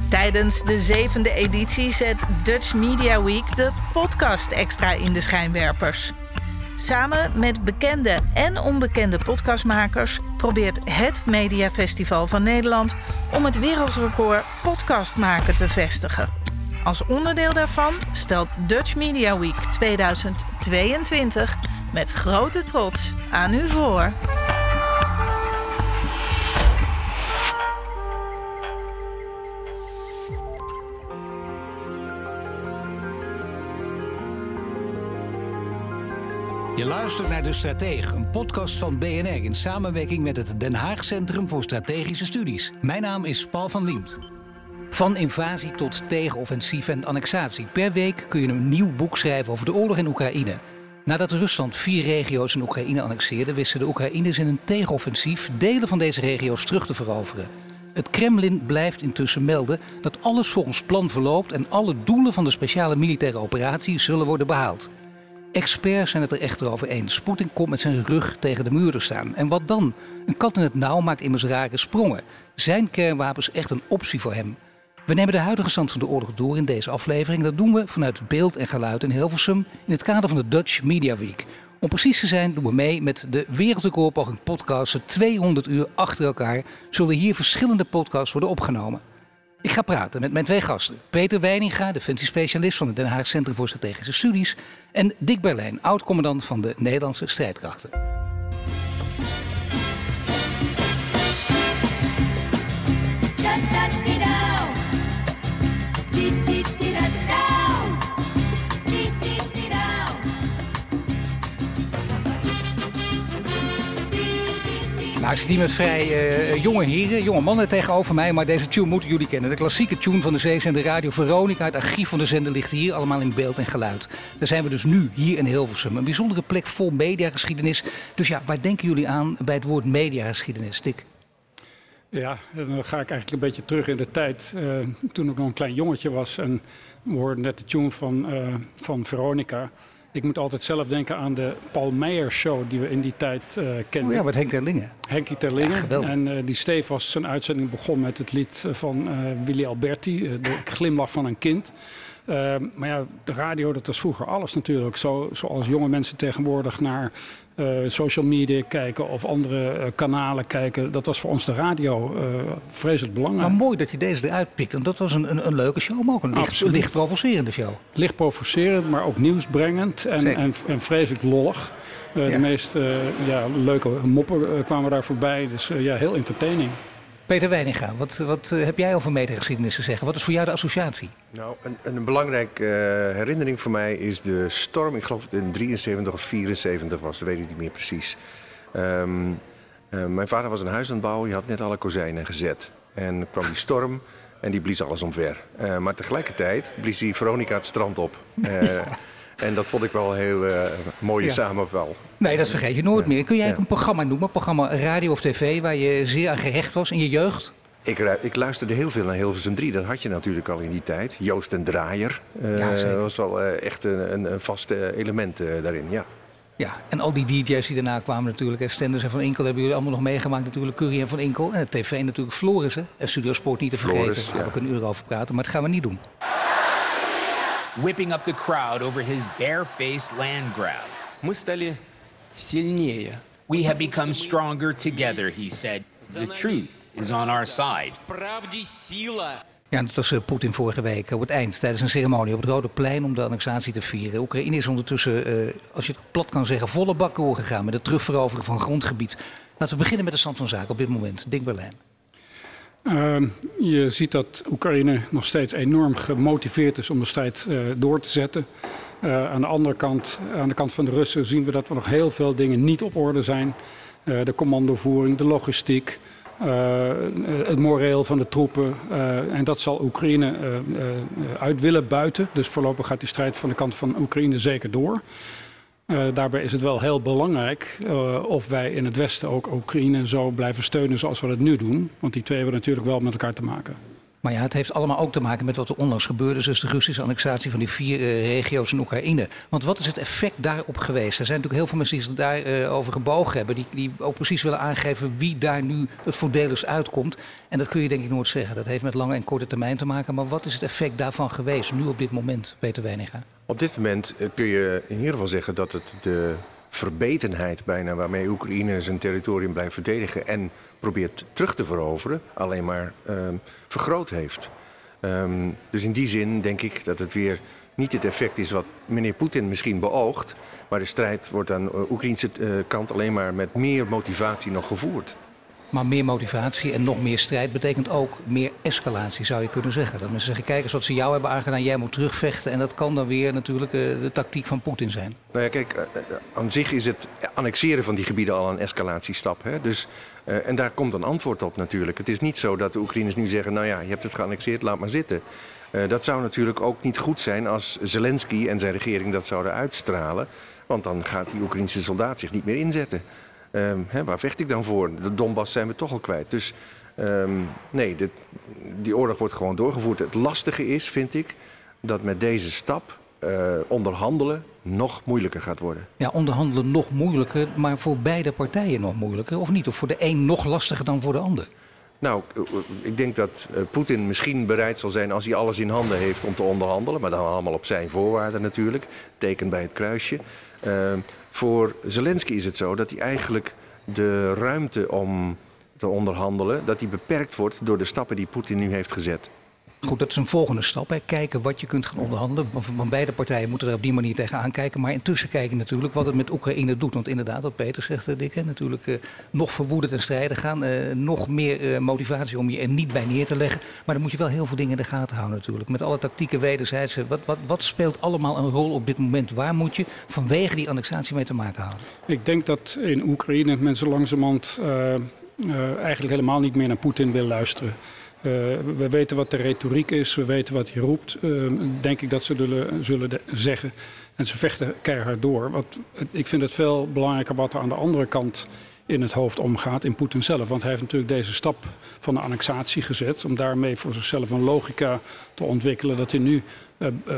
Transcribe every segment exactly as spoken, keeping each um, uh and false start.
Tijdens de zevende editie zet Dutch Media Week de podcast extra in de schijnwerpers. Samen met bekende en onbekende podcastmakers probeert het Mediafestival van Nederland om het wereldrecord podcast maken te vestigen. Als onderdeel daarvan stelt Dutch Media Week tweeduizend tweeëntwintig met grote trots aan u voor. Je luistert naar De Stratege, een podcast van B N R in samenwerking met het Den Haag Centrum voor Strategische Studies. Mijn naam is Paul van Liemt. Van invasie tot tegenoffensief en annexatie. Per week kun je een nieuw boek schrijven over de oorlog in Oekraïne. Nadat Rusland vier regio's in Oekraïne annexeerde, wisten de Oekraïners in een tegenoffensief delen van deze regio's terug te veroveren. Het Kremlin blijft intussen melden dat alles volgens plan verloopt en alle doelen van de speciale militaire operatie zullen worden behaald. Experts zijn het er echter over eens. Poetin komt met zijn rug tegen de muur te staan. En wat dan? Een kat in het nauw maakt immers rare sprongen. Zijn kernwapens echt een optie voor hem? We nemen de huidige stand van de oorlog door in deze aflevering. Dat doen we vanuit Beeld en Geluid in Hilversum in het kader van de Dutch Media Week. Om precies te zijn doen we mee met de wereldrecordpoging podcasten. tweehonderd uur achter elkaar zullen hier verschillende podcasts worden opgenomen. Ik ga praten met mijn twee gasten. Peter Weininga, defensiespecialist van het Den Haag Centrum voor Strategische Studies. En Dick Berlijn, oud-commandant van de Nederlandse strijdkrachten. Nou, ik zit hier met vrij uh, jonge heren, jonge mannen tegenover mij, maar deze tune moeten jullie kennen. De klassieke tune van de zeezender Radio Veronica. Het archief van de zender ligt hier allemaal in beeld en geluid. Daar zijn we dus nu, hier in Hilversum. Een bijzondere plek vol mediageschiedenis. Dus ja, waar denken jullie aan bij het woord mediageschiedenis, Dick? Ja, dan ga ik eigenlijk een beetje terug in de tijd. Uh, toen ik nog een klein jongetje was en we hoorden net de tune van, uh, van Veronica. Ik moet altijd zelf denken aan de Paul Meijer Show die we in die tijd uh, kenden. Oh ja, met Henk Terlingen. Henkie Terlingen. Ja, en uh, die Steef was zijn uitzending begon met het lied van uh, Willy Alberti, uh, de glimlach van een kind. Uh, maar ja, de radio, dat was vroeger alles natuurlijk. Zo, zoals jonge mensen tegenwoordig naar uh, social media kijken of andere uh, kanalen kijken. Dat was voor ons de radio uh, vreselijk belangrijk. Maar mooi dat je deze eruit pikt. En dat was een, een, een leuke show, maar ook een licht, licht provocerende show. Licht provocerend, maar ook nieuwsbrengend en, en, en vreselijk lollig. Uh, ja. De meest uh, ja, leuke moppen uh, kwamen daar voorbij. Dus uh, ja, heel entertaining. Peter Weininga, wat, wat uh, heb jij over mediageschiedenis te zeggen? Wat is voor jou de associatie? Nou, een, een belangrijke uh, herinnering voor mij is de storm. Ik geloof dat het in drieënzeventig of vierenzeventig was, dat weet ik niet meer precies. Um, uh, mijn vader was een huis aan het bouwen, die had net alle kozijnen gezet. En kwam die storm en die blies alles omver. Uh, maar tegelijkertijd blies die Veronica het strand op. Uh, En dat vond ik wel een heel uh, mooie ja. samenval. Nee, dat vergeet je nooit ja. meer. Kun jij ja. een programma noemen, een programma radio of tv... waar je zeer aan gehecht was in je jeugd? Ik, ik luisterde heel veel naar Hilversum drie. Dat had je natuurlijk al in die tijd. Joost en Draaier uh, ja, was wel uh, echt een, een, een vast uh, element uh, daarin, ja. Ja, en al die D J's die daarna kwamen natuurlijk. Stenders en Van Inkel hebben jullie allemaal nog meegemaakt natuurlijk. Curry en Van Inkel. En de tv natuurlijk Floris, hè. En Studio Sport niet te vergeten. Floris, daar ja. heb ik een uur over praten, maar dat gaan we niet doen. Whipping up the crowd over his bare-faced land grab. Мы стали сильнее. We have become stronger together, he said. The truth is on our side. Ja, dat was uh, Poetin vorige week op het eind tijdens een ceremonie op het Rode Plein om de annexatie te vieren. Oekraïne is ondertussen, uh, als je het plat kan zeggen, volle bak doorgegaan met het terugveroveren van grondgebied. Laten we beginnen met de stand van zaken op dit moment. Dick Berlijn. Uh, je ziet dat Oekraïne nog steeds enorm gemotiveerd is om de strijd uh, door te zetten. Uh, aan de andere kant, aan de kant van de Russen, zien we dat er nog heel veel dingen niet op orde zijn. Uh, de commandovoering, de logistiek, uh, het moreel van de troepen. Uh, en dat zal Oekraïne uh, uh, uit willen buiten. Dus voorlopig gaat die strijd van de kant van Oekraïne zeker door. Uh, daarbij is het wel heel belangrijk uh, of wij in het Westen ook Oekraïne zo blijven steunen zoals we dat nu doen. Want die twee hebben natuurlijk wel met elkaar te maken. Maar ja, het heeft allemaal ook te maken met wat er onlangs gebeurde. Dus de Russische annexatie van die vier uh, regio's in Oekraïne. Want wat is het effect daarop geweest? Er zijn natuurlijk heel veel mensen die zich daarover uh, over gebogen hebben. Die, die ook precies willen aangeven wie daar nu het voordeligst uitkomt. En dat kun je denk ik nooit zeggen. Dat heeft met lange en korte termijn te maken. Maar wat is het effect daarvan geweest nu op dit moment, Peter Wijninga? Op dit moment uh, kun je in ieder geval zeggen dat het de verbetenheid bijna waarmee Oekraïne zijn territorium blijft verdedigen en probeert terug te veroveren, alleen maar uh, vergroot heeft. Um, dus in die zin denk ik dat het weer niet het effect is wat meneer Poetin misschien beoogt, maar de strijd wordt aan de Oekraïnse uh, kant alleen maar met meer motivatie nog gevoerd. Maar meer motivatie en nog meer strijd betekent ook meer escalatie, zou je kunnen zeggen. Dat mensen zeggen, kijk eens wat ze jou hebben aangedaan, jij moet terugvechten. En dat kan dan weer natuurlijk uh, de tactiek van Poetin zijn. Nou ja, kijk, uh, aan zich is het annexeren van die gebieden al een escalatiestap. Hè? Dus, uh, en daar komt een antwoord op natuurlijk. Het is niet zo dat de Oekraïners nu zeggen, nou ja, je hebt het geannexeerd, laat maar zitten. Uh, dat zou natuurlijk ook niet goed zijn als Zelensky en zijn regering dat zouden uitstralen. Want dan gaat die Oekraïnse soldaat zich niet meer inzetten. Um, hè, waar vecht ik dan voor? De Donbass zijn we toch al kwijt. Dus um, nee, dit, die oorlog wordt gewoon doorgevoerd. Het lastige is, vind ik, dat met deze stap uh, onderhandelen nog moeilijker gaat worden. Ja, onderhandelen nog moeilijker, maar voor beide partijen nog moeilijker, of niet? Of voor de een nog lastiger dan voor de ander? Nou, ik denk dat uh, Poetin misschien bereid zal zijn als hij alles in handen heeft om te onderhandelen. Maar dan allemaal op zijn voorwaarden natuurlijk. Teken bij het kruisje. Uh, voor Zelensky is het zo dat hij eigenlijk de ruimte om te onderhandelen, dat die beperkt wordt door de stappen die Poetin nu heeft gezet. Goed, dat is een volgende stap. Hè. Kijken wat je kunt gaan onderhandelen. Van beide partijen moeten er op die manier tegenaan kijken. Maar intussen kijken natuurlijk wat het met Oekraïne doet. Want inderdaad, wat Peter zegt, Dick, hè, natuurlijk uh, nog verwoeden ten strijde gaan. Uh, nog meer uh, motivatie om je er niet bij neer te leggen. Maar dan moet je wel heel veel dingen in de gaten houden natuurlijk. Met alle tactieken wederzijds. Wat, wat, wat speelt allemaal een rol op dit moment? Waar moet je vanwege die annexatie mee te maken houden? Ik denk dat in Oekraïne mensen langzamerhand uh, uh, eigenlijk helemaal niet meer naar Poetin wil luisteren. Uh, we weten wat de retoriek is, we weten wat hij roept. Uh, denk ik dat ze zullen, zullen de, zeggen. En ze vechten keihard door. Wat, ik vind het veel belangrijker wat er aan de andere kant in het hoofd omgaat, in Poetin zelf. Want hij heeft natuurlijk deze stap van de annexatie gezet om daarmee voor zichzelf een logica te ontwikkelen dat hij nu uh, uh,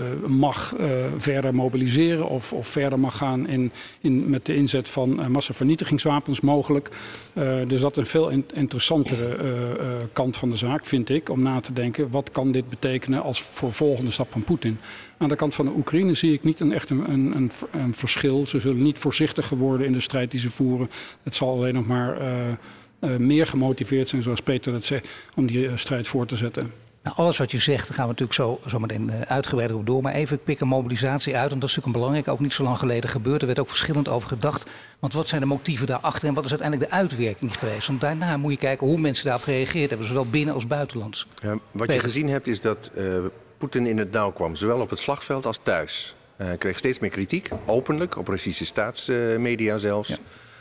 mag uh, verder mobiliseren of, of verder mag gaan in, in, met de inzet van uh, massavernietigingswapens mogelijk. Uh, dus dat is een veel in, interessantere uh, uh, kant van de zaak, vind ik, om na te denken wat kan dit betekenen als voor volgende stap van Poetin. Aan de kant van de Oekraïne zie ik niet een, echt een, een, een, een verschil. Ze zullen niet voorzichtiger worden in de strijd die ze voeren. Het zal alleen nog maar uh, uh, meer gemotiveerd zijn, zoals Peter dat zegt, om die uh, strijd voort te zetten. Nou, alles wat je zegt, daar gaan we natuurlijk zo, zo meteen uh, uitgebreider op door. Maar even, ik pik een mobilisatie uit, want dat is natuurlijk een belangrijk, ook niet zo lang geleden gebeurd. Er werd ook verschillend over gedacht. Want wat zijn de motieven daarachter en wat is uiteindelijk de uitwerking geweest? Want daarna moet je kijken hoe mensen daarop gereageerd hebben, zowel binnen als buitenlands. Ja, wat Peter. je gezien hebt is dat uh, Poetin in het nauw kwam, zowel op het slagveld als thuis. Hij uh, kreeg steeds meer kritiek, openlijk, op Russische staatsmedia uh, zelfs. Ja.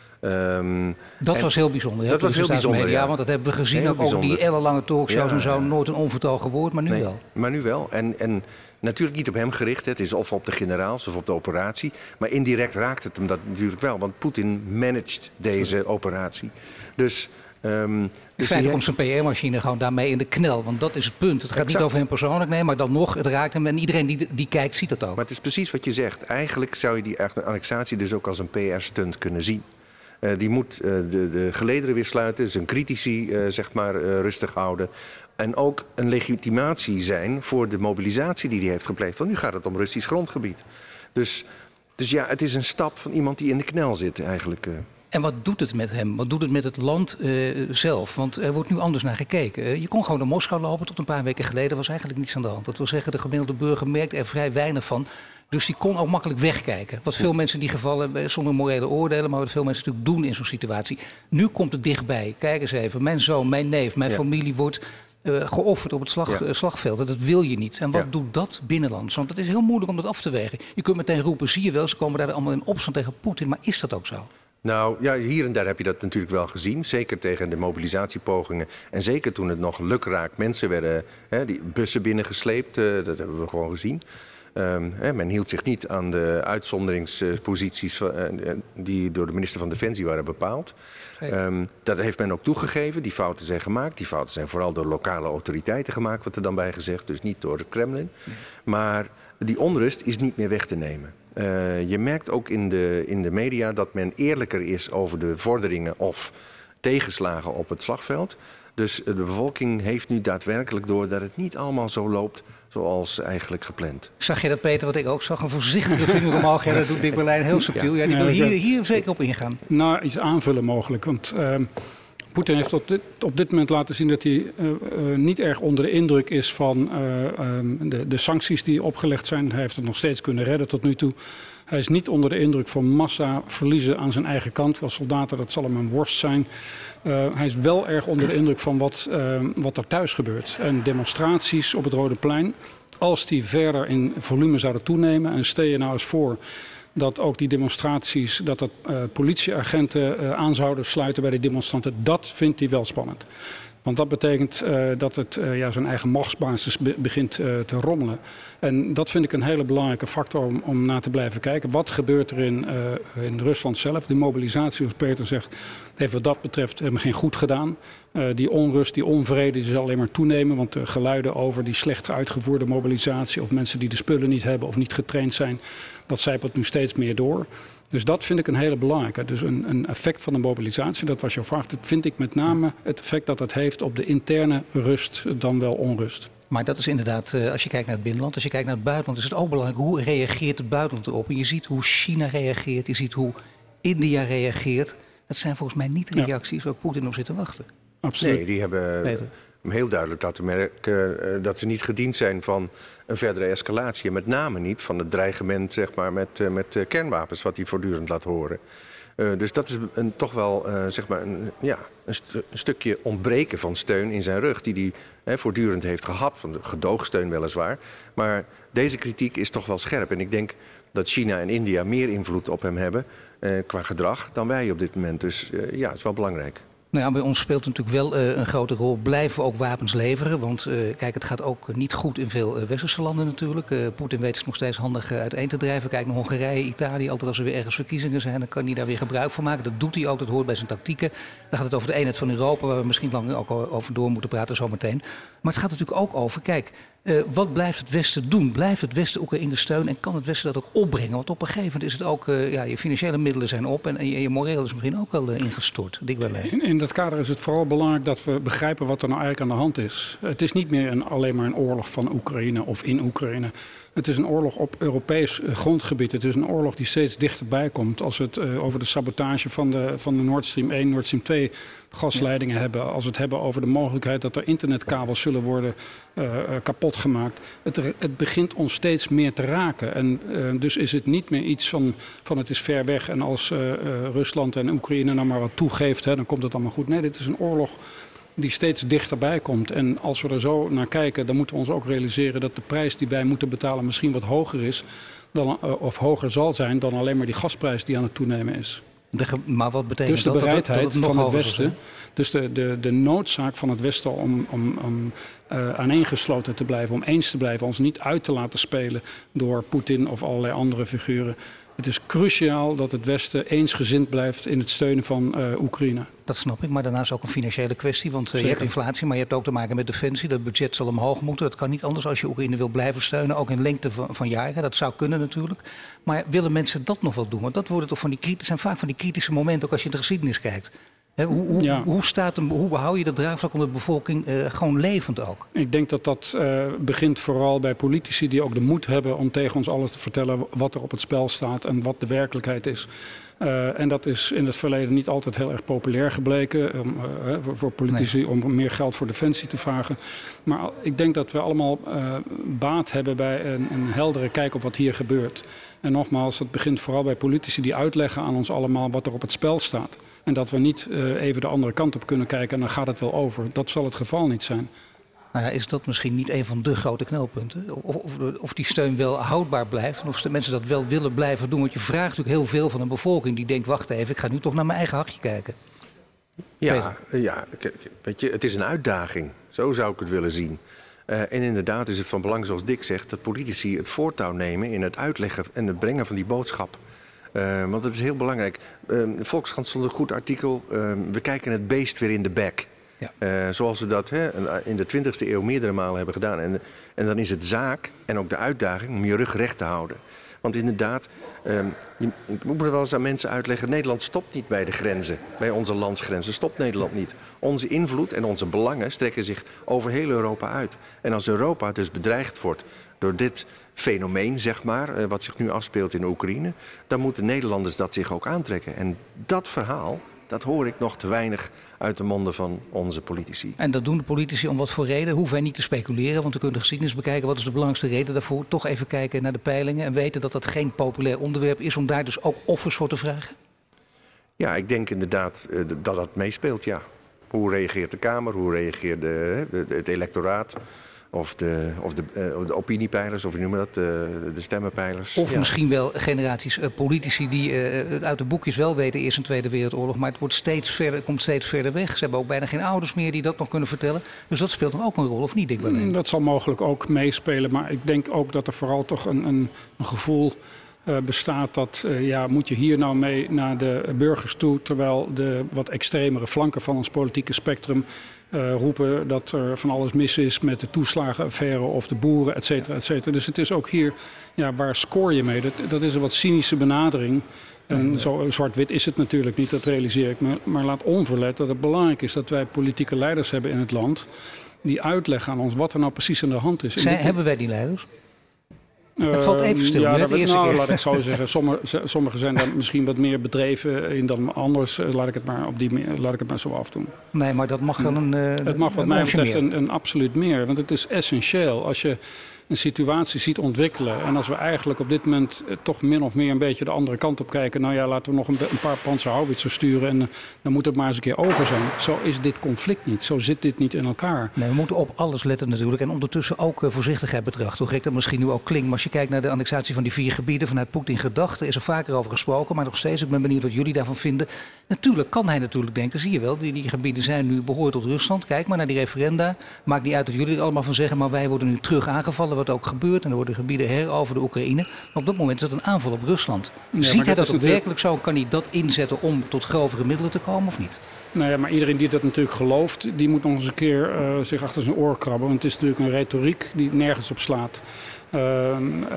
Um, dat was heel bijzonder. Dat was heel bijzonder, media, ja. Want dat hebben we gezien ook over die ellenlange talkshows ja, en zo. Nooit een onvertogen woord, maar nu nee, wel. Maar nu wel. En, en natuurlijk niet op hem gericht. Het is of op de generaals of op de operatie. Maar indirect raakt het hem dat natuurlijk wel. Want Poetin managt deze operatie. Dus... Um, in feite komt zijn P R-machine gewoon daarmee in de knel. Want dat is het punt. Het gaat exact. niet over hem persoonlijk, nee, maar dan nog, het raakt hem. En iedereen die, die kijkt, ziet dat ook. Maar het is precies wat je zegt. Eigenlijk zou je die annexatie dus ook als een P R-stunt kunnen zien. Uh, die moet uh, de, de gelederen weer sluiten, zijn critici uh, zeg maar, uh, rustig houden. En ook een legitimatie zijn voor de mobilisatie die hij heeft gepleegd. Want nu gaat het om Russisch grondgebied. Dus, dus ja, het is een stap van iemand die in de knel zit eigenlijk. Uh. En wat doet het met hem? Wat doet het met het land uh, zelf? Want er wordt nu anders naar gekeken. Uh, je kon gewoon naar Moskou lopen. Tot een paar weken geleden was eigenlijk niets aan de hand. Dat wil zeggen, de gemiddelde burger merkt er vrij weinig van. Dus die kon ook makkelijk wegkijken. Wat veel mensen in die gevallen, zonder morele oordelen, maar wat veel mensen natuurlijk doen in zo'n situatie. Nu komt het dichtbij. Kijk eens even, mijn zoon, mijn neef, mijn ja. familie wordt uh, geofferd op het slag, ja. uh, slagveld. En dat wil je niet. En wat ja. doet dat binnenlands? Want het is heel moeilijk om dat af te wegen. Je kunt meteen roepen, zie je wel, ze komen daar allemaal in opstand tegen Poetin. Maar is dat ook zo? Nou, ja, hier en daar heb je dat natuurlijk wel gezien. Zeker tegen de mobilisatiepogingen. En zeker toen het nog lukraak mensen werden, hè, die bussen binnengesleept. Uh, dat hebben we gewoon gezien. Um, hè, men hield zich niet aan de uitzonderingsposities uh, die door de minister van Defensie waren bepaald. Um, dat heeft men ook toegegeven. Die fouten zijn gemaakt. Die fouten zijn vooral door lokale autoriteiten gemaakt, wordt er dan bij gezegd. Dus niet door het Kremlin. Nee. Maar die onrust is niet meer weg te nemen. Uh, je merkt ook in de, in de media dat men eerlijker is over de vorderingen of tegenslagen op het slagveld. Dus de bevolking heeft nu daadwerkelijk door dat het niet allemaal zo loopt zoals eigenlijk gepland. Zag je dat, Peter, wat ik ook zag? Een voorzichtige vinger omhoog. Ja, dat doet Dick Berlijn heel subtiel. Ja, die wil hier, hier zeker op ingaan. Nou, iets aanvullen mogelijk. Want uh, Poetin heeft op dit, op dit moment laten zien dat hij uh, uh, niet erg onder de indruk is van uh, um, de, de sancties die opgelegd zijn. Hij heeft het nog steeds kunnen redden tot nu toe. Hij is niet onder de indruk van massa verliezen aan zijn eigen kant. Wel soldaten, dat zal hem een worst zijn. Uh, hij is wel erg onder de indruk van wat, uh, wat er thuis gebeurt. En demonstraties op het Rode Plein, als die verder in volume zouden toenemen. En stel je nou eens voor dat ook die demonstraties, dat dat uh, politieagenten uh, aan zouden sluiten bij de demonstranten. Dat vindt hij wel spannend. Want dat betekent uh, dat het uh, ja, zijn eigen machtsbasis be- begint uh, te rommelen. En dat vind ik een hele belangrijke factor om, om naar te blijven kijken. Wat gebeurt er in, uh, in Rusland zelf? De mobilisatie, zoals Peter zegt, heeft wat dat betreft helemaal geen goed gedaan. Uh, die onrust, die onvrede, die zal alleen maar toenemen. Want de geluiden over die slecht uitgevoerde mobilisatie, of mensen die de spullen niet hebben of niet getraind zijn, dat zijpelt nu steeds meer door. Dus dat vind ik een hele belangrijke. Dus een, een effect van de mobilisatie, dat was jouw vraag. Dat vind ik met name het effect dat het heeft op de interne rust dan wel onrust. Maar dat is inderdaad, als je kijkt naar het binnenland, als je kijkt naar het buitenland, is het ook belangrijk. Hoe reageert het buitenland erop? En je ziet hoe China reageert, je ziet hoe India reageert. Dat zijn volgens mij niet reacties waar Poetin op zit te wachten. Absoluut. Nee, die hebben Peter. hem heel duidelijk laten merken uh, dat ze niet gediend zijn van een verdere escalatie. En met name niet van het dreigement, zeg maar, met, uh, met uh, kernwapens, wat hij voortdurend laat horen. Uh, dus dat is een, toch wel uh, zeg maar een, ja, een, st- een stukje ontbreken van steun in zijn rug, die hij hè, voortdurend heeft gehad, van de gedoogsteun weliswaar. Maar deze kritiek is toch wel scherp. En ik denk dat China en India meer invloed op hem hebben uh, qua gedrag dan wij op dit moment. Dus uh, ja, het is wel belangrijk. Nou ja, bij ons speelt natuurlijk wel uh, een grote rol. Blijven we ook wapens leveren? Want uh, kijk, het gaat ook niet goed in veel uh, westerse landen natuurlijk. Uh, Poetin weet het nog steeds handig uh, uiteen te drijven. Kijk naar Hongarije, Italië. Altijd als er weer ergens verkiezingen zijn, dan kan hij daar weer gebruik van maken. Dat doet hij ook, dat hoort bij zijn tactieken. Dan gaat het over de eenheid van Europa, waar we misschien lang ook over door moeten praten zometeen. Maar het gaat natuurlijk ook over, kijk, uh, wat blijft het Westen doen? Blijft het Westen Oekraïne steunen en kan het Westen dat ook opbrengen? Want op een gegeven moment is het ook, uh, ja, je financiële middelen zijn op en, en je, je moreel is misschien ook wel uh, ingestort. Dik bij mij. In, in dat kader is het vooral belangrijk dat we begrijpen wat er nou eigenlijk aan de hand is. Het is niet meer een, alleen maar een oorlog van Oekraïne of in Oekraïne. Het is een oorlog op Europees grondgebied. Het is een oorlog die steeds dichterbij komt. Als we het uh, over de sabotage van de, van de Nord Stream één, Nord Stream twee gasleidingen ja. hebben. Als we het hebben over de mogelijkheid dat er internetkabels zullen worden uh, uh, kapot gemaakt. Het, het begint ons steeds meer te raken. En uh, dus is het niet meer iets van, van het is ver weg. En als uh, uh, Rusland en Oekraïne nou maar wat toegeeft, hè, dan komt het allemaal goed. Nee, dit is een oorlog die steeds dichterbij komt. En als we er zo naar kijken, dan moeten we ons ook realiseren dat de prijs die wij moeten betalen misschien wat hoger is, dan, of hoger zal zijn dan alleen maar die gasprijs die aan het toenemen is. De, maar wat betekent dus de dat? bereidheid dat, dat het van het Westen, dus de, de, de noodzaak van het Westen om, om, om uh, aaneengesloten te blijven, om eens te blijven, ons niet uit te laten spelen door Poetin of allerlei andere figuren. Het is cruciaal dat het Westen eensgezind blijft in het steunen van uh, Oekraïne. Dat snap ik, maar daarnaast ook een financiële kwestie. Want uh, je hebt inflatie, maar je hebt ook te maken met defensie. Dat budget zal omhoog moeten. Dat kan niet anders als je Oekraïne wil blijven steunen. Ook in lengte van, van jaren. Dat zou kunnen natuurlijk. Maar willen mensen dat nog wel doen? Want dat worden toch van die, zijn vaak van die kritische momenten, ook als je in de geschiedenis kijkt. He, hoe, hoe, ja. hoe, staat hem, hoe behoud je dat draagvlak onder de bevolking uh, gewoon levend ook? Ik denk dat dat uh, begint vooral bij politici die ook de moed hebben om tegen ons alles te vertellen wat er op het spel staat en wat de werkelijkheid is. Uh, en dat is in het verleden niet altijd heel erg populair gebleken um, uh, voor, voor politici nee. om meer geld voor defensie te vragen. Maar ik denk dat we allemaal uh, baat hebben bij een, een heldere kijk op wat hier gebeurt. En nogmaals, dat begint vooral bij politici die uitleggen aan ons allemaal wat er op het spel staat. En dat we niet uh, even de andere kant op kunnen kijken en dan gaat het wel over. Dat zal het geval niet zijn. Nou ja, is dat misschien niet een van de grote knelpunten? Of, of, of die steun wel houdbaar blijft en of de mensen dat wel willen blijven doen. Want je vraagt natuurlijk heel veel van een bevolking die denkt, wacht even, ik ga nu toch naar mijn eigen hachje kijken. Ja, ja, weet je, het is een uitdaging. Zo zou ik het willen zien. Uh, en inderdaad is het van belang, zoals Dick zegt, dat politici het voortouw nemen in het uitleggen en het brengen van die boodschap. Uh, want het is heel belangrijk. Uh, de Volkskrant stond een goed artikel. Uh, we kijken het beest weer in de bek. Ja. Uh, zoals we dat hè, in de twintigste eeuw meerdere malen hebben gedaan. En, en dan is het zaak en ook de uitdaging om je rug recht te houden. Want inderdaad, um, je, ik moet er wel eens aan mensen uitleggen... Nederland stopt niet bij de grenzen, bij onze landsgrenzen. Stopt Nederland niet. Onze invloed en onze belangen strekken zich over heel Europa uit. En als Europa dus bedreigd wordt door dit fenomeen, zeg maar... Uh, wat zich nu afspeelt in Oekraïne... dan moeten Nederlanders dat zich ook aantrekken. En dat verhaal, dat hoor ik nog te weinig uit de monden van onze politici. En dat doen de politici om wat voor reden? Hoeven wij niet te speculeren, want we kunnen de geschiedenis bekijken. Wat is de belangrijkste reden daarvoor? Toch even kijken naar de peilingen en weten dat dat geen populair onderwerp is... om daar dus ook offers voor te vragen? Ja, ik denk inderdaad uh, dat dat meespeelt, ja. Hoe reageert de Kamer, hoe reageert de, de, het electoraat... Of de, of de, uh, de opiniepeilers, of hoe noemen we dat, de, de stemmenpeilers. Of ja. misschien wel generaties uh, politici die uh, uit de boekjes wel weten... Eerste en Tweede Wereldoorlog, maar het wordt steeds verder, het komt steeds verder weg. Ze hebben ook bijna geen ouders meer die dat nog kunnen vertellen. Dus dat speelt dan ook een rol, of niet, Dick Berleen? Dat zal mogelijk ook meespelen, maar ik denk ook dat er vooral toch een, een, een gevoel... Uh, bestaat dat, uh, ja, moet je hier nou mee naar de burgers toe... terwijl de wat extremere flanken van ons politieke spectrum uh, roepen... dat er van alles mis is met de toeslagenaffaire of de boeren, et cetera, et cetera. Dus het is ook hier, ja, waar scoor je mee? Dat, dat is een wat cynische benadering. En zo zwart-wit is het natuurlijk niet, dat realiseer ik me. Maar laat onverlet dat het belangrijk is dat wij politieke leiders hebben in het land... die uitleggen aan ons wat er nou precies aan de hand is. Zij, dit... Hebben wij die leiders? Het valt even stil. Ja, dat dat, eerste nou, keer. laat ik zo zeggen. Sommigen sommige zijn daar misschien wat meer bedreven in dan anders. Laat ik het maar, op die, laat ik het maar zo afdoen. Nee, maar dat mag wel een... Uh, het mag wat mij betreft een, een absoluut meer. Want het is essentieel. Als je een situatie ziet ontwikkelen... en als we eigenlijk op dit moment uh, toch min of meer een beetje de andere kant op kijken... nou ja, laten we nog een, een paar Panzerhaubitzers sturen... en uh, dan moet het maar eens een keer over zijn. Zo is dit conflict niet. Zo zit dit niet in elkaar. Nee, we moeten op alles letten natuurlijk. En ondertussen ook uh, voorzichtigheid betrachten. Hoe gek dat misschien nu ook klinkt. Maar als je kijkt naar de annexatie van die vier gebieden... vanuit Poetin gedacht, is er vaker over gesproken. Maar nog steeds, ik ben benieuwd wat jullie daarvan vinden. Natuurlijk kan hij natuurlijk denken, zie je wel... die, die gebieden zijn nu behoord tot Rusland. Kijk maar naar die referenda. Maakt niet uit dat jullie er allemaal van zeggen... maar wij worden nu terug aangevallen... wat ook gebeurt en er worden gebieden heroverd de Oekraïne. Maar op dat moment is dat een aanval op Rusland. Ja, Ziet hij dat, dat ook werkelijk zo? Kan hij dat inzetten om tot grovere middelen te komen of niet? Nou ja, maar iedereen die dat natuurlijk gelooft, die moet nog eens een keer uh, zich achter zijn oor krabben. Want het is natuurlijk een retoriek die nergens op slaat. Uh, uh,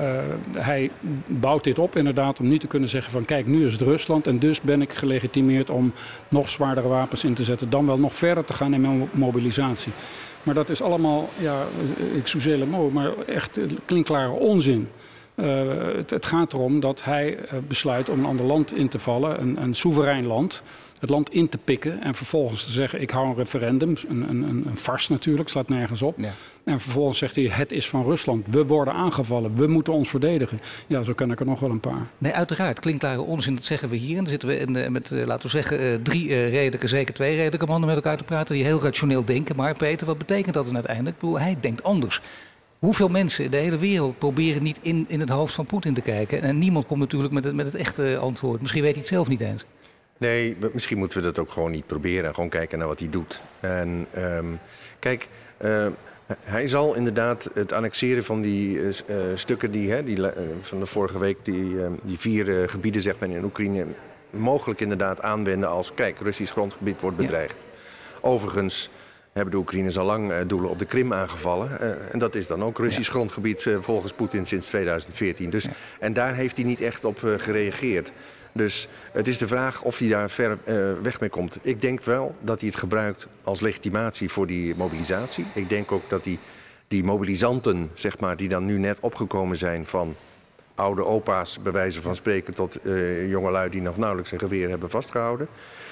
hij bouwt dit op inderdaad om niet te kunnen zeggen van kijk, nu is het Rusland en dus ben ik gelegitimeerd om nog zwaardere wapens in te zetten. Dan wel nog verder te gaan in mijn mobilisatie. Maar dat is allemaal, ja, excuseer le mot, maar echt klinkklare onzin. Uh, het, het gaat erom dat hij uh, besluit om een ander land in te vallen, een, een soeverein land, het land in te pikken en vervolgens te zeggen ik hou een referendum, een, een, een farce natuurlijk, slaat nergens op. Ja. En vervolgens zegt hij het is van Rusland, we worden aangevallen, we moeten ons verdedigen. Ja, zo ken ik er nog wel een paar. Nee, uiteraard, klinkklare onzin, dat zeggen we hier. En dan zitten we in, met, uh, laten we zeggen, uh, drie uh, redelijke, zeker twee redelijke mannen met elkaar te praten die heel rationeel denken. Maar Peter, wat betekent dat dan uiteindelijk? Ik bedoel, hij denkt anders. Hoeveel mensen in de hele wereld proberen niet in, in het hoofd van Poetin te kijken? En niemand komt natuurlijk met het, met het echte antwoord. Misschien weet hij het zelf niet eens. Nee, misschien moeten we dat ook gewoon niet proberen. En gewoon kijken naar wat hij doet. En um, kijk, uh, hij zal inderdaad het annexeren van die uh, stukken die, hè, die uh, van de vorige week, die, uh, die vier uh, gebieden zeg maar, in Oekraïne, mogelijk inderdaad aanwenden als, kijk, Russisch grondgebied wordt bedreigd. Ja. Overigens hebben de Oekraïners al lang uh, doelen op de Krim aangevallen. Uh, en dat is dan ook Russisch ja. grondgebied uh, volgens Poetin sinds tweeduizend veertien. Dus, ja. En daar heeft hij niet echt op uh, gereageerd. Dus het is de vraag of hij daar ver uh, weg mee komt. Ik denk wel dat hij het gebruikt als legitimatie voor die mobilisatie. Ik denk ook dat hij die mobilisanten, zeg maar, die dan nu net opgekomen zijn van oude opa's, bij wijze van spreken, tot uh, jongelui die nog nauwelijks een geweer hebben vastgehouden.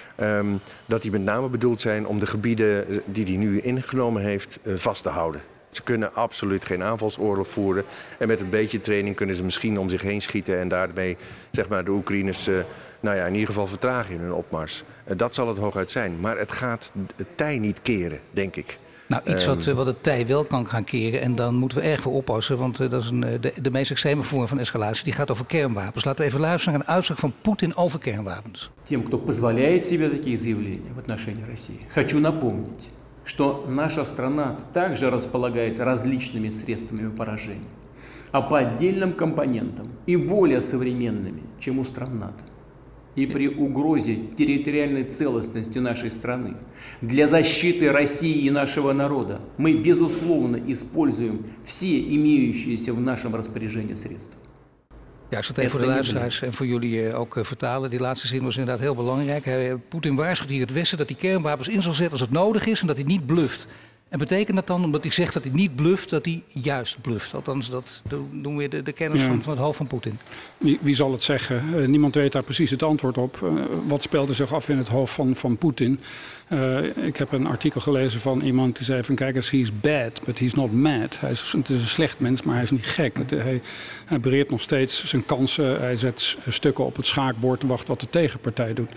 Um, dat die met name bedoeld zijn om de gebieden die hij nu ingenomen heeft uh, vast te houden. Ze kunnen absoluut geen aanvalsoorlog voeren. En met een beetje training kunnen ze misschien om zich heen schieten en daarmee zeg maar, de Oekraïners uh, nou ja, in ieder geval vertragen in hun opmars. Uh, dat zal het hooguit zijn. Maar het gaat het tij niet keren, denk ik. Nou, iets wat, wat het tij wel kan gaan keren. En dan moeten we erg voor oppassen. Want uh, dat is een, de, de meest extreme vorm van escalatie. Die gaat over kernwapens. Laten we even luisteren naar een uitslag van Poetin over kernwapens. Тем, кто позволяет себе такие заявления в отношении России, хочу напомнить, что наша страна также располагает различными средствами поражения, а по отдельным компонентам и более современными, чем у стран НАТО. И при угрозе территориальной целостности нашей страны для защиты России и нашего народа мы, безусловно, используем все имеющиеся в нашем распоряжении средства. Ja, ik zal het even voor de luisteraars en voor jullie uh, ook uh, vertalen. Die laatste zin was inderdaad heel belangrijk. Uh, Poetin waarschuwt hier het Westen dat hij kernwapens in zal zetten als het nodig is en dat hij niet bluft. En betekent dat dan, omdat hij zegt dat hij niet bluft, dat hij juist bluft? Althans, dat doen weer de, de kennis ja. van, van het hoofd van Poetin. Wie, wie zal het zeggen? Uh, niemand weet daar precies het antwoord op. Uh, wat speelde zich af in het hoofd van, van Poetin? Uh, ik heb een artikel gelezen van iemand die zei van kijk eens, he's bad, but he's not mad. Hij is, het is een slecht mens, maar hij is niet gek. Het, hij, hij bereert nog steeds zijn kansen. Hij zet stukken op het schaakbord en wacht wat de tegenpartij doet.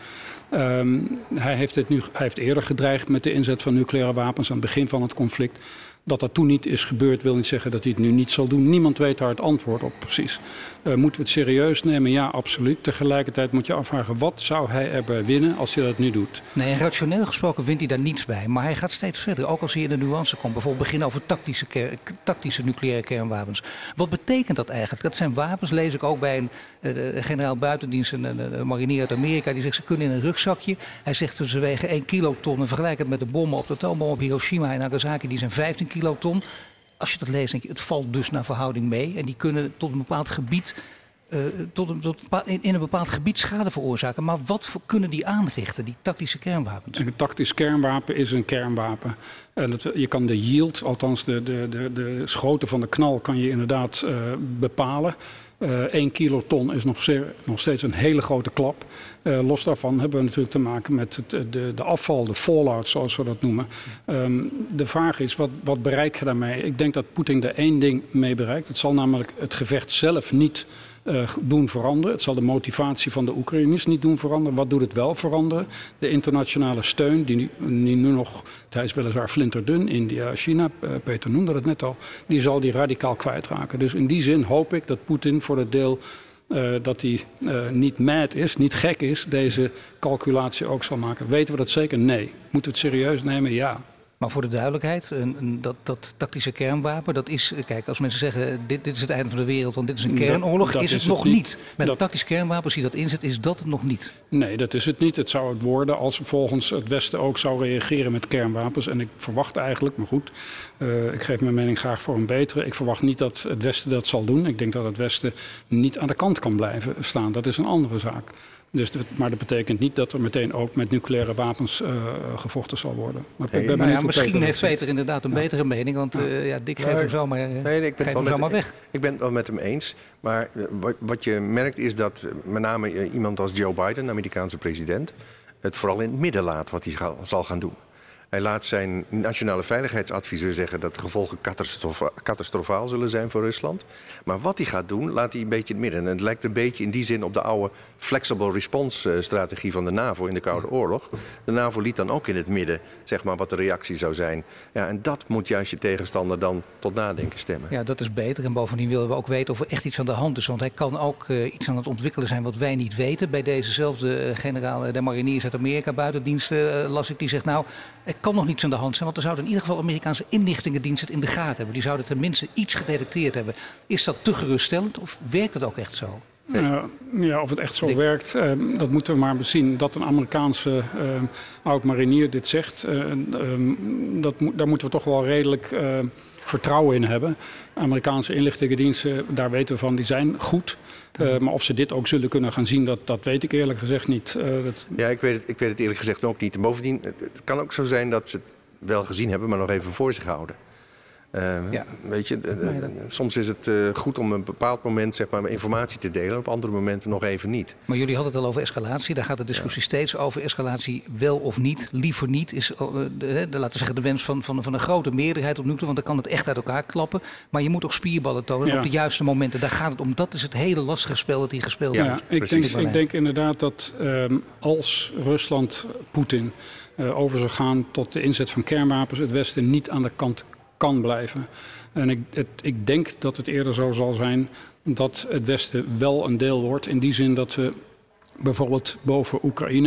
Um, hij, heeft dit nu, hij heeft eerder gedreigd met de inzet van nucleaire wapens aan het begin van het conflict. Dat dat toen niet is gebeurd wil niet zeggen dat hij het nu niet zal doen. Niemand weet daar het antwoord op precies. Uh, moeten we het serieus nemen? Ja, absoluut. Tegelijkertijd moet je afvragen, wat zou hij erbij winnen als hij dat nu doet? Nee, rationeel gesproken wint hij daar niets bij. Maar hij gaat steeds verder, ook als hij in de nuance komt. Bijvoorbeeld beginnen over tactische, ker- tactische nucleaire kernwapens. Wat betekent dat eigenlijk? Dat zijn wapens, lees ik ook bij een uh, generaal buitendienst, een, een, een marinier uit Amerika. Die zegt, ze kunnen in een rugzakje. Hij zegt, ze wegen één kiloton. En vergelijk het met de bommen op de atoombom op Hiroshima en Nagasaki. Die zijn vijftien kiloton. Als je dat leest, denk je, het valt dus naar verhouding mee. En die kunnen tot een bepaald gebied, uh, tot een, tot in, in een bepaald gebied schade veroorzaken. Maar wat voor kunnen die aanrichten, die tactische kernwapens? Een tactisch kernwapen is een kernwapen. En dat, je kan de yield, althans de, de, de, de grootte van de knal, kan je inderdaad uh, bepalen. Uh, één kiloton is nog, zeer, nog steeds een hele grote klap. Uh, los daarvan hebben we natuurlijk te maken met het, de, de afval, de fallout zoals we dat noemen. Um, de vraag is, wat, wat bereik je daarmee? Ik denk dat Poetin er één ding mee bereikt. Het zal namelijk het gevecht zelf niet uh, doen veranderen. Het zal de motivatie van de Oekraïners niet doen veranderen. Wat doet het wel veranderen? De internationale steun, die, die nu nog, hij is weliswaar flinterdun, India, China, uh, Peter noemde het net al, die zal die radicaal kwijtraken. Dus in die zin hoop ik dat Poetin voor het deel Uh, dat hij uh, niet mad is, niet gek is, deze calculatie ook zal maken. Weten we dat zeker? Nee. Moeten we het serieus nemen? Ja. Maar voor de duidelijkheid, een, een, dat, dat tactische kernwapen, dat is, kijk, als mensen zeggen, dit, dit is het einde van de wereld, want dit is een kernoorlog, dat, dat is het is nog het niet. niet. Met dat, een tactisch kernwapen, als je dat inzet, is dat het nog niet. Nee, dat is het niet. Het zou het worden als volgens het Westen ook zou reageren met kernwapens. En ik verwacht eigenlijk, maar goed, uh, ik geef mijn mening graag voor een betere. Ik verwacht niet dat het Westen dat zal doen. Ik denk dat het Westen niet aan de kant kan blijven staan. Dat is een andere zaak. Dus, maar dat betekent niet dat er meteen ook met nucleaire wapens uh, gevochten zal worden. Maar hey, ben nou ja, misschien Peter heeft Peter inderdaad een ja. betere mening, want uh, ja, Dick, geef hem zo maar, uh, nee, nee, ik ben geef hem zo maar weg. Ik ben het wel met hem eens, maar wat je merkt is dat met name iemand als Joe Biden, de Amerikaanse president, het vooral in het midden laat wat hij zal gaan doen. Hij laat zijn nationale veiligheidsadviseur zeggen dat de gevolgen catastrofa- catastrofaal zullen zijn voor Rusland. Maar wat hij gaat doen, laat hij een beetje in het midden. En het lijkt een beetje in die zin op de oude flexible response strategie van de NAVO in de Koude Oorlog. De NAVO liet dan ook in het midden, zeg maar, wat de reactie zou zijn. Ja, en dat moet juist je tegenstander dan tot nadenken stemmen. Ja, dat is beter. En bovendien willen we ook weten of er echt iets aan de hand is. Want hij kan ook uh, iets aan het ontwikkelen zijn wat wij niet weten. Bij dezezelfde uh, generaal uh, de mariniers uit Amerika, buitendiensten, uh, las ik, die zegt nou, er kan nog niets aan de hand zijn. Want er zouden in ieder geval Amerikaanse inlichtingendiensten het in de gaten hebben. Die zouden tenminste iets gedetecteerd hebben. Is dat te geruststellend of werkt het ook echt zo? Uh, ja, of het echt zo Dik. werkt, uh, dat moeten we maar bezien. Dat een Amerikaanse uh, oud-marinier dit zegt, uh, uh, dat mo- daar moeten we toch wel redelijk uh, vertrouwen in hebben. Amerikaanse inlichtingendiensten, daar weten we van, die zijn goed. Uh, maar of ze dit ook zullen kunnen gaan zien, dat, dat weet ik eerlijk gezegd niet. Uh, dat... Ja, ik weet, het, ik weet het eerlijk gezegd ook niet. En bovendien, het kan ook zo zijn dat ze het wel gezien hebben, maar nog even voor zich houden. Uh, ja. Weet je, uh, uh, soms is het uh, goed om een bepaald moment, zeg maar, informatie te delen. Op andere momenten nog even niet. Maar jullie hadden het al over escalatie. Daar gaat de discussie ja. steeds over. Escalatie wel of niet, liever niet. Is uh, de, de, laten we zeggen, de wens van, van, van een grote meerderheid op nu toe. Want dan kan het echt uit elkaar klappen. Maar je moet ook spierballen tonen ja. op de juiste momenten. Daar gaat het om. Dat is het hele lastige spel dat hier gespeeld ja, wordt. Ja, ik, denk, ik denk inderdaad dat um, als Rusland Poetin uh, over zou gaan tot de inzet van kernwapens, het Westen niet aan de kant kan blijven. En ik, het, ik denk dat het eerder zo zal zijn dat het Westen wel een deel wordt. In die zin dat we bijvoorbeeld boven Oekraïne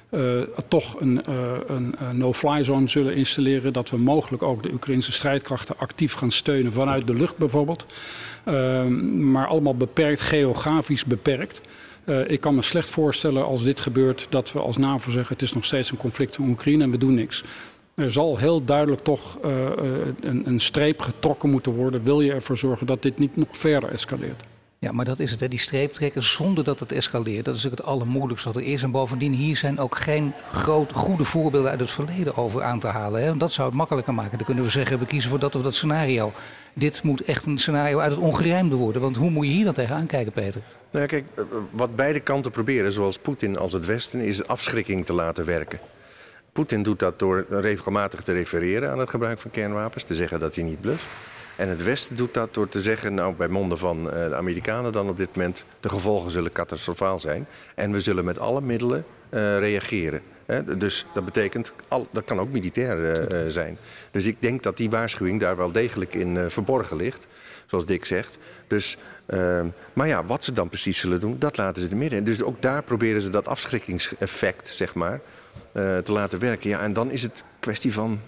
uh, toch een, uh, een, een no-fly zone zullen installeren. Dat we mogelijk ook de Oekraïnse strijdkrachten actief gaan steunen vanuit de lucht bijvoorbeeld. Uh, maar allemaal beperkt, geografisch beperkt. Uh, ik kan me slecht voorstellen als dit gebeurt dat we als NAVO zeggen het is nog steeds een conflict in Oekraïne en we doen niks. Er zal heel duidelijk toch uh, een, een streep getrokken moeten worden. Wil je ervoor zorgen dat dit niet nog verder escaleert? Ja, maar dat is het, hè? Die streep trekken zonder dat het escaleert. Dat is ook het allermoeilijkste wat er is. En bovendien, hier zijn ook geen groot, goede voorbeelden uit het verleden over aan te halen. Hè? Dat zou het makkelijker maken. Dan kunnen we zeggen, we kiezen voor dat of dat scenario. Dit moet echt een scenario uit het ongerijmde worden. Want hoe moet je hier dan tegenaan kijken, Peter? Nou ja, kijk, wat beide kanten proberen, zowel Poetin als het Westen, is afschrikking te laten werken. Poetin doet dat door regelmatig te refereren aan het gebruik van kernwapens, te zeggen dat hij niet bluft. En het Westen doet dat door te zeggen, nou bij monden van de Amerikanen dan op dit moment, de gevolgen zullen catastrofaal zijn. En we zullen met alle middelen uh, reageren. He, dus dat betekent, al, dat kan ook militair uh, zijn. Dus ik denk dat die waarschuwing daar wel degelijk in uh, verborgen ligt, zoals Dick zegt. Dus, uh, maar ja, wat ze dan precies zullen doen, dat laten ze in het midden. Dus ook daar proberen ze dat afschrikkingseffect, zeg maar, uh, te laten werken. Ja, en dan is het kwestie van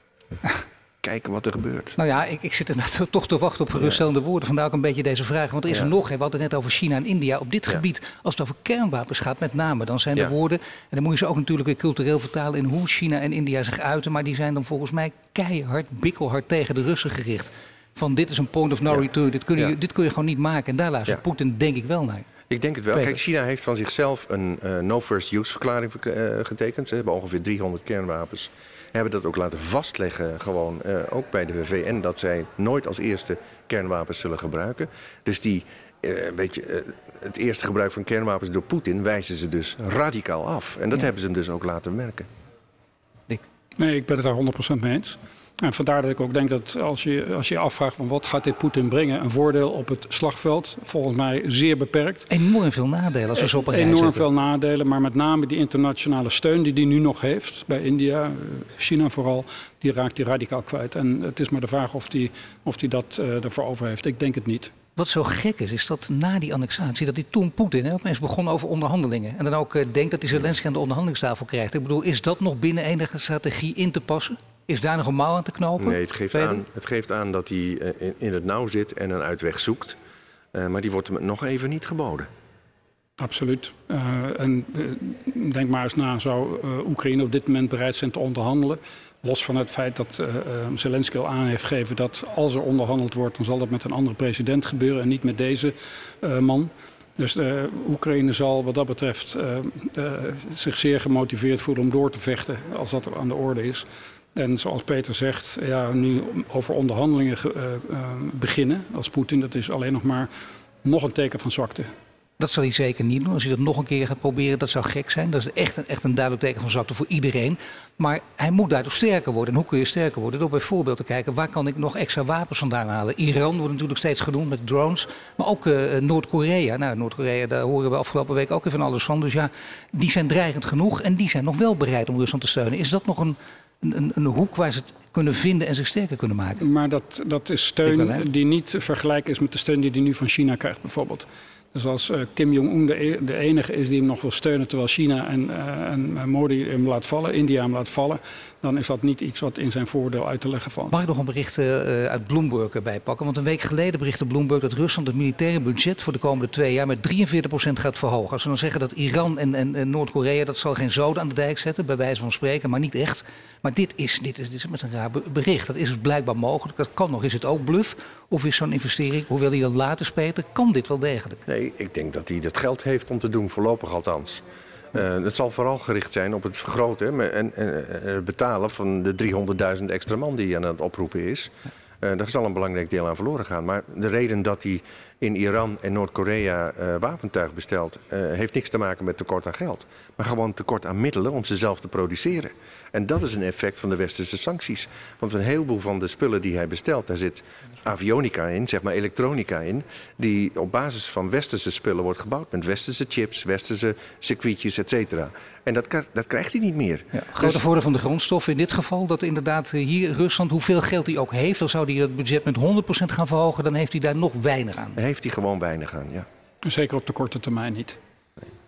kijken wat er gebeurt. Nou ja, ik, ik zit inderdaad toch te wachten op geruststellende ja. woorden. Vandaar ook een beetje deze vraag. Want er is ja. er nog, we hadden het net over China en India. Op dit ja. gebied, als het over kernwapens gaat met name, dan zijn er ja. woorden. En dan moet je ze ook natuurlijk weer cultureel vertalen in hoe China en India zich uiten. Maar die zijn dan volgens mij keihard, bikkelhard tegen de Russen gericht. Van dit is een point of no ja. return, dit kun, je, ja. dit kun je gewoon niet maken. En daar luistert ja. Poetin denk ik wel naar. Ik denk het wel. Peter. Kijk, China heeft van zichzelf een uh, no-first-use verklaring uh, getekend. Ze hebben ongeveer driehonderd kernwapens. Hebben dat ook laten vastleggen, gewoon uh, ook bij de V N, dat zij nooit als eerste kernwapens zullen gebruiken. Dus die, uh, weet je, uh, het eerste gebruik van kernwapens door Poetin wijzen ze dus radicaal af. En dat ja. hebben ze hem dus ook laten merken. Dick? Nee, ik ben het daar honderd procent mee eens. En vandaar dat ik ook denk dat als je als je afvraagt van wat gaat dit Poetin brengen, een voordeel op het slagveld, volgens mij zeer beperkt. Enorm veel nadelen als we zo op een rij Enorm zetten. veel nadelen, maar met name die internationale steun die hij nu nog heeft bij India, China vooral, die raakt hij radicaal kwijt. En het is maar de vraag of hij of die dat uh, ervoor over heeft. Ik denk het niet. Wat zo gek is, is dat na die annexatie, dat hij toen Poetin hè, opeens begon over onderhandelingen. En dan ook uh, denkt dat hij Zelensky aan de onderhandelingstafel krijgt. Ik bedoel, is dat nog binnen enige strategie in te passen? Is daar nog een mouw aan te knopen? Nee, het geeft, aan, het geeft aan dat hij uh, in, in het nauw zit en een uitweg zoekt. Uh, maar die wordt hem nog even niet geboden. Absoluut. Uh, en uh, denk maar eens na, zou uh, Oekraïne op dit moment bereid zijn te onderhandelen? Los van het feit dat uh, uh, Zelensky al aan heeft gegeven dat als er onderhandeld wordt, dan zal dat met een andere president gebeuren en niet met deze uh, man. Dus uh, Oekraïne zal wat dat betreft uh, uh, zich zeer gemotiveerd voelen om door te vechten als dat aan de orde is. En zoals Peter zegt, ja, nu over onderhandelingen uh, uh, beginnen als Poetin, dat is alleen nog maar nog een teken van zwakte. Dat zal hij zeker niet doen. Als hij dat nog een keer gaat proberen, dat zou gek zijn. Dat is echt een, echt een duidelijk teken van zwakte voor iedereen. Maar hij moet daardoor sterker worden. En hoe kun je sterker worden? Door bijvoorbeeld te kijken, waar kan ik nog extra wapens vandaan halen? Iran wordt natuurlijk steeds genoemd met drones. Maar ook uh, Noord-Korea. Nou, Noord-Korea, daar horen we afgelopen week ook even van alles van. Dus ja, die zijn dreigend genoeg. En die zijn nog wel bereid om Rusland te steunen. Is dat nog een... Een, een hoek waar ze het kunnen vinden en zich sterker kunnen maken? Maar dat, dat is steun die niet te vergelijken is met de steun die hij nu van China krijgt bijvoorbeeld. Dus als uh, Kim Jong-un de, de enige is die hem nog wil steunen terwijl China en, uh, en Modi hem laat vallen, India hem laat vallen, dan is dat niet iets wat in zijn voordeel uit te leggen valt. Mag ik nog een bericht uh, uit Bloomberg erbij pakken? Want een week geleden berichtte Bloomberg dat Rusland het militaire budget voor de komende twee jaar met drieënveertig procent gaat verhogen. Als we dan zeggen dat Iran en, en, en Noord-Korea, dat zal geen zoden aan de dijk zetten, bij wijze van spreken, maar niet echt. Maar dit is, dit is, dit is met een raar bericht. Dat is dus blijkbaar mogelijk. Dat kan nog. Is het ook bluff? Of is zo'n investering, hoewel hij dat later speelt, kan dit wel degelijk? Nee, ik denk dat hij het geld heeft om te doen, voorlopig althans. Uh, het zal vooral gericht zijn op het vergroten en, en, en het betalen van de driehonderdduizend extra man die aan het oproepen is. Uh, daar zal een belangrijk deel aan verloren gaan. Maar de reden dat hij in Iran en Noord-Korea uh, wapentuig bestelt, uh, heeft niks te maken met tekort aan geld. Maar gewoon tekort aan middelen om ze zelf te produceren. En dat is een effect van de westerse sancties. Want een heleboel van de spullen die hij bestelt, daar zit avionica in, zeg maar elektronica in, die op basis van westerse spullen wordt gebouwd. Met westerse chips, westerse circuitjes, et cetera. En dat, dat krijgt hij niet meer. Ja, grote dus voordeel van de grondstoffen in dit geval, dat inderdaad hier Rusland, hoeveel geld hij ook heeft, dan zou hij het budget met honderd procent gaan verhogen, dan heeft hij daar nog weinig aan. Dan heeft hij gewoon weinig aan, ja. Zeker op de korte termijn niet.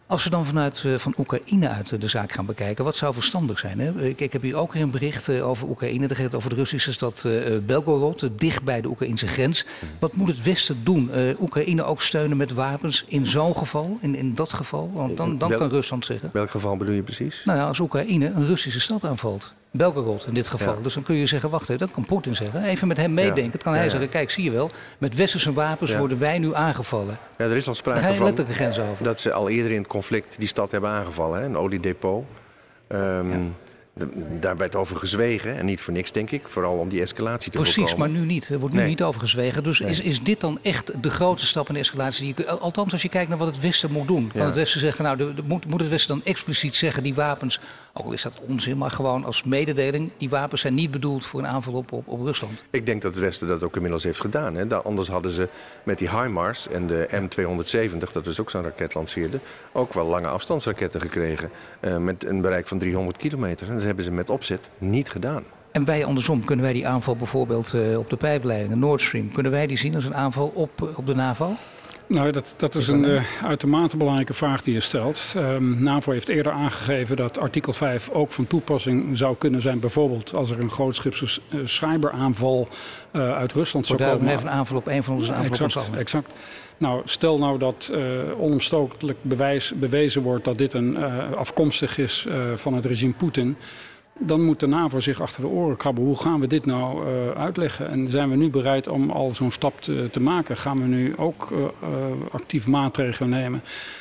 Als we dan vanuit uh, van Oekraïne uit uh, de zaak gaan bekijken, wat zou verstandig zijn? Hè? Ik, ik heb hier ook weer een bericht uh, over Oekraïne. Dat gaat over de Russische stad uh, Belgorod, uh, dicht bij de Oekraïnse grens. Wat moet het Westen doen? Uh, Oekraïne ook steunen met wapens in zo'n geval, in, in dat geval? Want dan, dan Wel, kan Rusland zeggen. Welk geval bedoel je precies? Nou ja, als Oekraïne een Russische stad aanvalt. Belgorod in dit geval. Ja. Dus dan kun je zeggen, wacht even, dat kan Poetin zeggen. Even met hem meedenken. Ja. Dan kan hij ja, ja. zeggen, kijk, zie je wel, met westerse wapens ja. worden wij nu aangevallen. Ja, er is al sprake van letterlijk een grens over. Dat ze al eerder in het conflict die stad hebben aangevallen, hè? Een oliedepot. Um, ja. Daar werd over gezwegen en niet voor niks, denk ik. Vooral om die escalatie te Precies, voorkomen. Precies, maar nu niet. Er wordt nu nee. niet over gezwegen. Dus nee. is, is dit dan echt de grote stap in de escalatie? Die je, althans, als je kijkt naar wat het Westen moet doen. Kan ja. het Westen zeggen, nou, de, de, moet, moet het Westen dan expliciet zeggen, die wapens, ook al is dat onzin, maar gewoon als mededeling, die wapens zijn niet bedoeld voor een aanval op, op, op Rusland. Ik denk dat het Westen dat ook inmiddels heeft gedaan. Hè. Anders hadden ze met die HIMARS en de M tweehonderdzeventig, dat is ook zo'n raket lanceerde, ook wel lange afstandsraketten gekregen. Uh, met een bereik van driehonderd kilometer. En dat hebben ze met opzet niet gedaan. En wij andersom, kunnen wij die aanval bijvoorbeeld uh, op de pijpleidingen, Nord Stream, kunnen wij die zien als een aanval op, uh, op de NAVO? Nou, dat, dat is een uh, uitermate belangrijke vraag die je stelt. Um, NAVO heeft eerder aangegeven dat artikel vijf ook van toepassing zou kunnen zijn. Bijvoorbeeld als er een grootschipse uh, cyberaanval uh, uit Rusland zou komen. Even een aanval op een van onze aanvallen. Exact, exact. Nou, stel nou dat uh, onomstotelijk bewijs, bewezen wordt dat dit een, uh, afkomstig is uh, van het regime Poetin. Dan moet de NAVO zich achter de oren krabben. Hoe gaan we dit nou uh, uitleggen? En zijn we nu bereid om al zo'n stap te, te maken? Gaan we nu ook uh, uh, actief maatregelen nemen?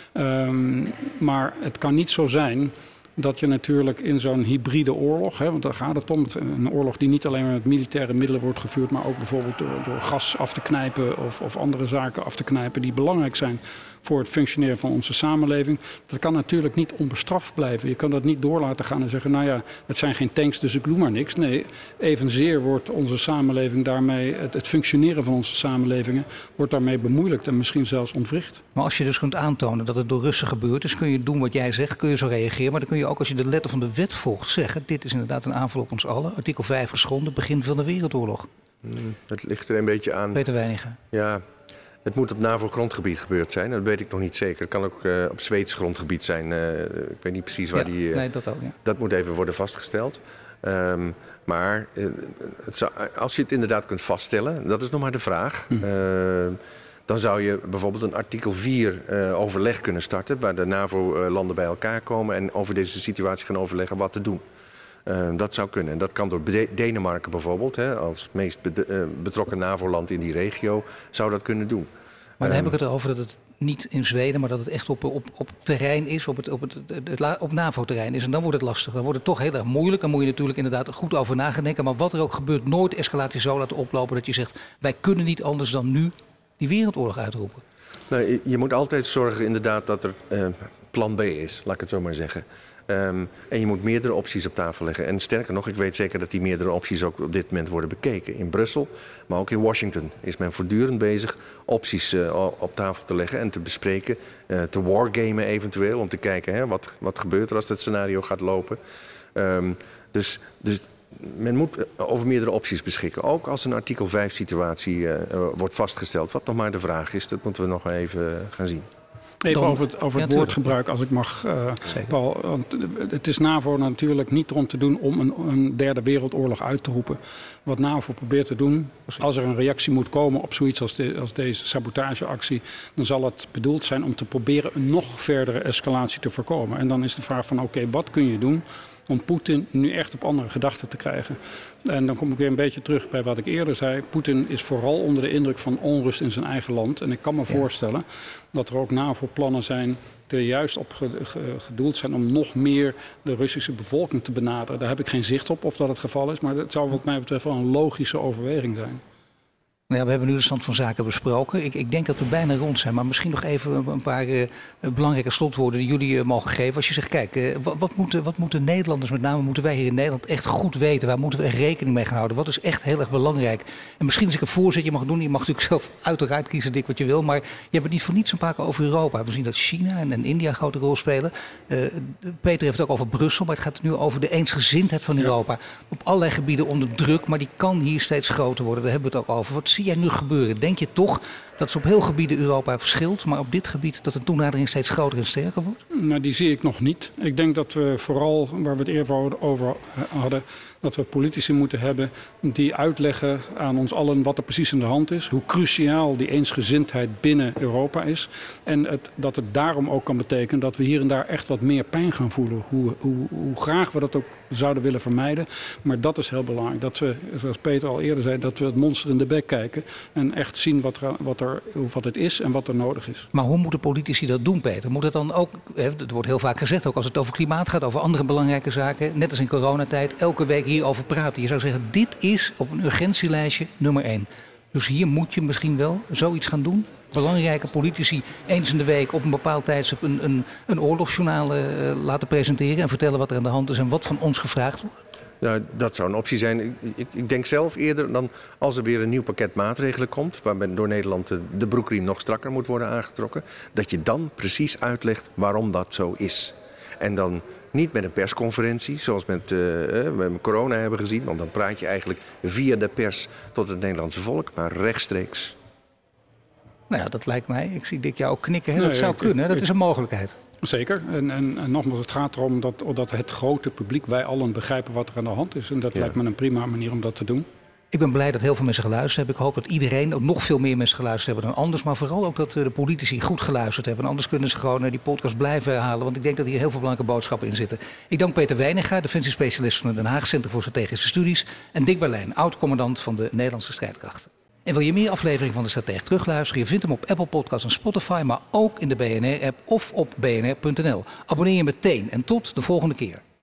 Um, maar het kan niet zo zijn dat je natuurlijk in zo'n hybride oorlog, hè, want daar gaat het om, een oorlog die niet alleen maar met militaire middelen wordt gevoerd, maar ook bijvoorbeeld door, door gas af te knijpen of, of andere zaken af te knijpen die belangrijk zijn voor het functioneren van onze samenleving. Dat kan natuurlijk niet onbestraft blijven. Je kan dat niet door laten gaan en zeggen, nou ja, het zijn geen tanks, dus ik doe maar niks. Nee, evenzeer wordt onze samenleving daarmee, het, het functioneren van onze samenlevingen, wordt daarmee bemoeilijkt en misschien zelfs ontwricht. Maar als je dus kunt aantonen dat het door Russen gebeurd is, kun je doen wat jij zegt, kun je zo reageren. Maar dan kun je ook, als je de letter van de wet volgt, zeggen, dit is inderdaad een aanval op ons allen. Artikel vijf geschonden, begin van de Wereldoorlog. Hmm, het ligt er een beetje aan. Peter Weinigen. Ja. Het moet op NAVO-grondgebied gebeurd zijn. Dat weet ik nog niet zeker. Het kan ook uh, op Zweeds grondgebied zijn. Uh, ik weet niet precies waar ja, die... Uh, nee, dat ook, ja. Dat moet even worden vastgesteld. Um, maar uh, het zou, als je het inderdaad kunt vaststellen, dat is nog maar de vraag. Hm. Uh, dan zou je bijvoorbeeld een artikel vier uh, overleg kunnen starten, waar de NAVO-landen bij elkaar komen en over deze situatie gaan overleggen wat te doen. Uh, dat zou kunnen. En dat kan door Denemarken bijvoorbeeld, hè, als het meest be- uh, betrokken NAVO-land in die regio, zou dat kunnen doen. Maar dan um, heb ik het erover dat het niet in Zweden, maar dat het echt op, op, op terrein is, op, het, op, het, het, het, op NAVO-terrein is. En dan wordt het lastig. Dan wordt het toch heel erg moeilijk. Dan moet je natuurlijk inderdaad goed over nadenken. Maar wat er ook gebeurt, nooit escalatie zo laten oplopen dat je zegt, wij kunnen niet anders dan nu die wereldoorlog uitroepen. Nou, je, je moet altijd zorgen inderdaad dat er uh, plan B is, laat ik het zo maar zeggen. Um, en je moet meerdere opties op tafel leggen. En sterker nog, ik weet zeker dat die meerdere opties ook op dit moment worden bekeken. In Brussel, maar ook in Washington is men voortdurend bezig opties uh, op tafel te leggen en te bespreken. Uh, te wargamen eventueel, om te kijken hè, wat, wat gebeurt er als dat scenario gaat lopen. Um, dus, dus men moet over meerdere opties beschikken. Ook als een artikel vijf situatie uh, uh, wordt vastgesteld. Wat nog maar de vraag is, dat moeten we nog even gaan zien. Even Dan, over het, over het ja, woordgebruik, als ik mag, uh, Paul. Want het is NAVO natuurlijk niet erom te doen om een, een derde wereldoorlog uit te roepen. Wat NAVO probeert te doen, als er een reactie moet komen op zoiets als, de, als deze sabotageactie, dan zal het bedoeld zijn om te proberen een nog verdere escalatie te voorkomen. En dan is de vraag van oké, okay, wat kun je doen om Poetin nu echt op andere gedachten te krijgen? En dan kom ik weer een beetje terug bij wat ik eerder zei. Poetin is vooral onder de indruk van onrust in zijn eigen land. En ik kan me ja. voorstellen dat er ook NAVO-plannen zijn die er juist op gedoeld zijn om nog meer de Russische bevolking te benaderen. Daar heb ik geen zicht op of dat het geval is, maar dat zou wat mij betreft wel een logische overweging zijn. Nou ja, we hebben nu de stand van zaken besproken. Ik, ik denk dat we bijna rond zijn. Maar misschien nog even een paar uh, belangrijke slotwoorden die jullie uh, mogen geven. Als je zegt, kijk, uh, wat, wat, moeten, wat moeten Nederlanders, met name moeten wij hier in Nederland echt goed weten? Waar moeten we echt rekening mee gaan houden? Wat is echt heel erg belangrijk? En misschien als ik een voorzetje mag doen, je mag natuurlijk zelf uiteraard kiezen, Dick, wat je wil. Maar je hebt het niet voor niets een paar keer over Europa. We zien dat China en, en India een grote rol spelen. Uh, Peter heeft het ook over Brussel, maar het gaat nu over de eensgezindheid van Europa. Ja. Op allerlei gebieden onder druk, maar die kan hier steeds groter worden. Daar hebben we het ook over. Wat zie jij nu gebeuren? Denk je toch dat is op heel gebieden Europa verschilt, maar op dit gebied dat de toenadering steeds groter en sterker wordt? Nou, die zie ik nog niet. Ik denk dat we vooral, waar we het eerder over hadden, dat we politici moeten hebben die uitleggen aan ons allen wat er precies aan de hand is. Hoe cruciaal die eensgezindheid binnen Europa is. En het, dat het daarom ook kan betekenen dat we hier en daar echt wat meer pijn gaan voelen. Hoe, hoe, hoe graag we dat ook zouden willen vermijden. Maar dat is heel belangrijk. Dat we, zoals Peter al eerder zei, dat we het monster in de bek kijken. En echt zien wat, er, wat, er, wat het is en wat er nodig is. Maar hoe moeten politici dat doen, Peter? Moet het dan ook, het wordt heel vaak gezegd, ook als het over klimaat gaat, over andere belangrijke zaken, net als in coronatijd, elke week hierover praten. Je zou zeggen, dit is op een urgentielijstje nummer één. Dus hier moet je misschien wel zoiets gaan doen. Belangrijke politici eens in de week op een bepaald tijdstip een, een, een oorlogsjournaal uh, laten presenteren en vertellen wat er aan de hand is en wat van ons gevraagd wordt? Nou, dat zou een optie zijn. Ik, ik, ik denk zelf eerder dan als er weer een nieuw pakket maatregelen komt, waarbij door Nederland de, de broekriem nog strakker moet worden aangetrokken, dat je dan precies uitlegt waarom dat zo is. En dan niet met een persconferentie, zoals met, uh, met corona hebben gezien, want dan praat je eigenlijk via de pers tot het Nederlandse volk, maar rechtstreeks. Nou ja, dat lijkt mij. Ik zie Dick jou ook knikken. Hè? Dat Nee, zou ik, kunnen. Dat ik, is een mogelijkheid. Zeker. En, en, en nogmaals, het gaat erom dat, dat het grote publiek, wij allen begrijpen wat er aan de hand is. En dat Ja. lijkt me een prima manier om dat te doen. Ik ben blij dat heel veel mensen geluisterd hebben. Ik hoop dat iedereen, ook nog veel meer mensen geluisterd hebben dan anders. Maar vooral ook dat de politici goed geluisterd hebben. Anders kunnen ze gewoon die podcast blijven herhalen. Want ik denk dat hier heel veel belangrijke boodschappen in zitten. Ik dank Peter Wijninga, defensiespecialist van het Den Haag Centrum voor Strategische Studies. En Dick Berlijn, oud-commandant van de Nederlandse strijdkrachten. En wil je meer afleveringen van de Stratege terugluisteren? Je vindt hem op Apple Podcasts en Spotify, maar ook in de B N R-app of op b n r punt n l. Abonneer je meteen en tot de volgende keer.